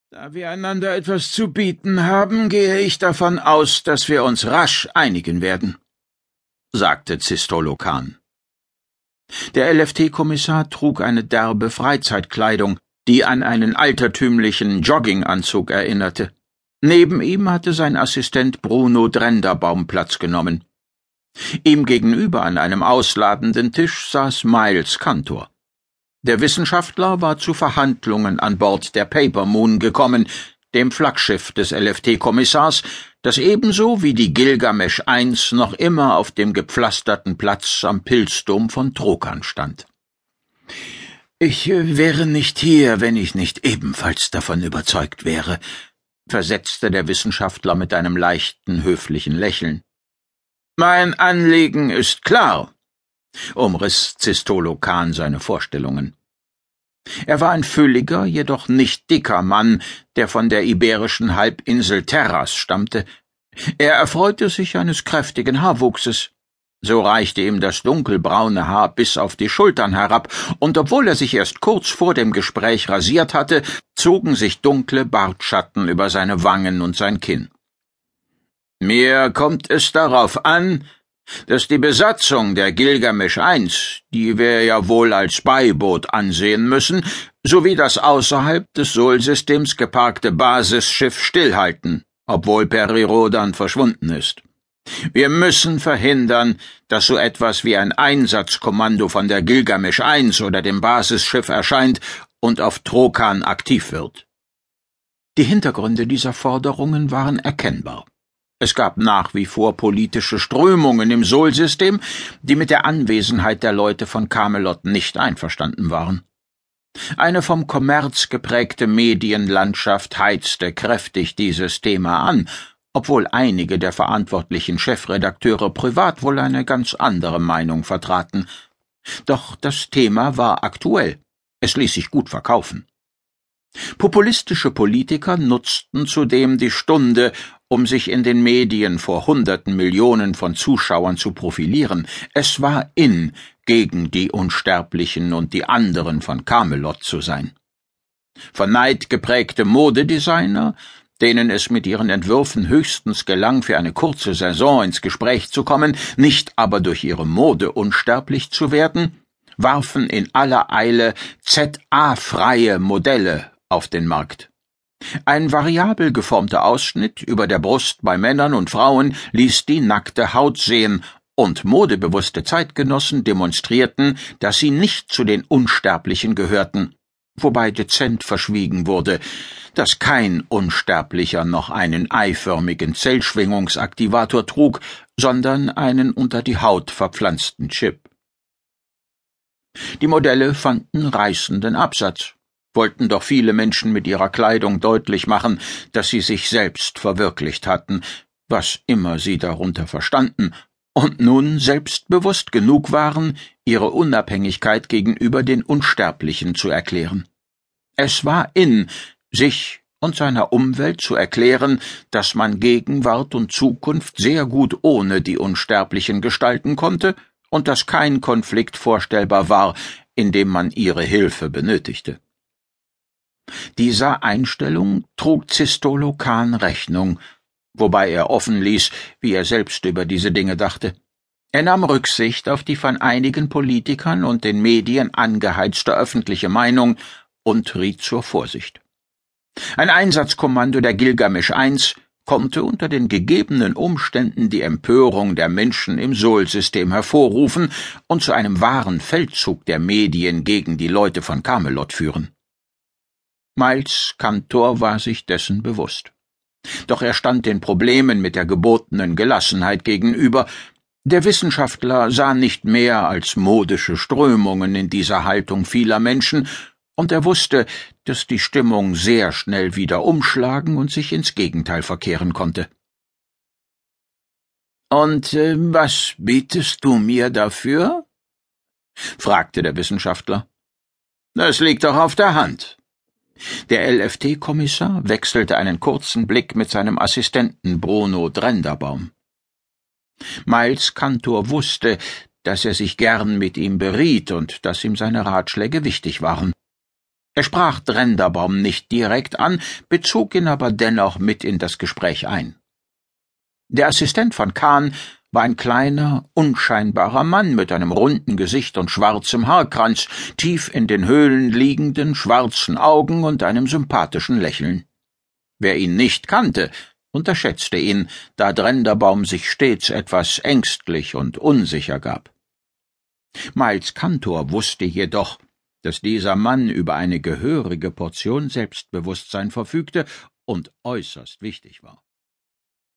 Da wir einander etwas zu bieten haben, gehe ich davon aus, dass wir uns rasch einigen werden, sagte Zistolokan. Der LFT-Kommissar trug eine derbe Freizeitkleidung, die an einen altertümlichen Jogginganzug erinnerte. Neben ihm hatte sein Assistent Bruno Drenderbaum Platz genommen. Ihm gegenüber an einem ausladenden Tisch saß Miles Cantor. Der Wissenschaftler war zu Verhandlungen an Bord der Paper Moon gekommen, dem Flaggschiff des LFT-Kommissars, das ebenso wie die Gilgamesch I noch immer auf dem gepflasterten Platz am Pilzdom von Trokan stand. »Ich wäre nicht hier, wenn ich nicht ebenfalls davon überzeugt wäre«, versetzte der Wissenschaftler mit einem leichten, höflichen Lächeln. »Mein Anliegen ist klar«, umriss Zistolokan seine Vorstellungen. Er war ein fülliger, jedoch nicht dicker Mann, der von der iberischen Halbinsel Terras stammte. Er erfreute sich eines kräftigen Haarwuchses. So reichte ihm das dunkelbraune Haar bis auf die Schultern herab, und obwohl er sich erst kurz vor dem Gespräch rasiert hatte, zogen sich dunkle Bartschatten über seine Wangen und sein Kinn. »Mir kommt es darauf an, dass die Besatzung der Gilgamesch I, die wir ja wohl als Beiboot ansehen müssen, sowie das außerhalb des Sol-Systems geparkte Basisschiff stillhalten, obwohl Perirodan verschwunden ist. Wir müssen verhindern, dass so etwas wie ein Einsatzkommando von der Gilgamesch I oder dem Basisschiff erscheint und auf Trokan aktiv wird.« Die Hintergründe dieser Forderungen waren erkennbar. Es gab nach wie vor politische Strömungen im Sol-System, die mit der Anwesenheit der Leute von Camelot nicht einverstanden waren. Eine vom Kommerz geprägte Medienlandschaft heizte kräftig dieses Thema an, obwohl einige der verantwortlichen Chefredakteure privat wohl eine ganz andere Meinung vertraten. Doch das Thema war aktuell. Es ließ sich gut verkaufen. Populistische Politiker nutzten zudem die Stunde, um sich in den Medien vor Hunderten Millionen von Zuschauern zu profilieren. Es war in, gegen die Unsterblichen und die anderen von Camelot zu sein. Von Neid geprägte Modedesigner, denen es mit ihren Entwürfen höchstens gelang, für eine kurze Saison ins Gespräch zu kommen, nicht aber durch ihre Mode unsterblich zu werden, warfen in aller Eile ZA-freie Modelle auf den Markt. Ein variabel geformter Ausschnitt über der Brust bei Männern und Frauen ließ die nackte Haut sehen, und modebewusste Zeitgenossen demonstrierten, dass sie nicht zu den Unsterblichen gehörten, wobei dezent verschwiegen wurde, dass kein Unsterblicher noch einen eiförmigen Zellschwingungsaktivator trug, sondern einen unter die Haut verpflanzten Chip. Die Modelle fanden reißenden Absatz, wollten doch viele Menschen mit ihrer Kleidung deutlich machen, dass sie sich selbst verwirklicht hatten, was immer sie darunter verstanden, und nun selbstbewusst genug waren, ihre Unabhängigkeit gegenüber den Unsterblichen zu erklären. Es war in, sich und seiner Umwelt zu erklären, dass man Gegenwart und Zukunft sehr gut ohne die Unsterblichen gestalten konnte und dass kein Konflikt vorstellbar war, in dem man ihre Hilfe benötigte. Dieser Einstellung trug Zistolokan Rechnung, wobei er offen ließ, wie er selbst über diese Dinge dachte. Er nahm Rücksicht auf die von einigen Politikern und den Medien angeheizte öffentliche Meinung und riet zur Vorsicht. Ein Einsatzkommando der Gilgamesch I konnte unter den gegebenen Umständen die Empörung der Menschen im Sol-System hervorrufen und zu einem wahren Feldzug der Medien gegen die Leute von Camelot führen. Miles Cantor war sich dessen bewusst. Doch er stand den Problemen mit der gebotenen Gelassenheit gegenüber. Der Wissenschaftler sah nicht mehr als modische Strömungen in dieser Haltung vieler Menschen, und er wusste, dass die Stimmung sehr schnell wieder umschlagen und sich ins Gegenteil verkehren konnte. »Und was bietest du mir dafür?« fragte der Wissenschaftler. »Das liegt doch auf der Hand.« Der LFT-Kommissar wechselte einen kurzen Blick mit seinem Assistenten Bruno Drenderbaum. Miles Cantor wusste, dass er sich gern mit ihm beriet und dass ihm seine Ratschläge wichtig waren. Er sprach Drenderbaum nicht direkt an, bezog ihn aber dennoch mit in das Gespräch ein. Der Assistent von Kahn war ein kleiner, unscheinbarer Mann mit einem runden Gesicht und schwarzem Haarkranz, tief in den Höhlen liegenden, schwarzen Augen und einem sympathischen Lächeln. Wer ihn nicht kannte, unterschätzte ihn, da Drenderbaum sich stets etwas ängstlich und unsicher gab. Miles Kantor wusste jedoch, dass dieser Mann über eine gehörige Portion Selbstbewusstsein verfügte und äußerst wichtig war.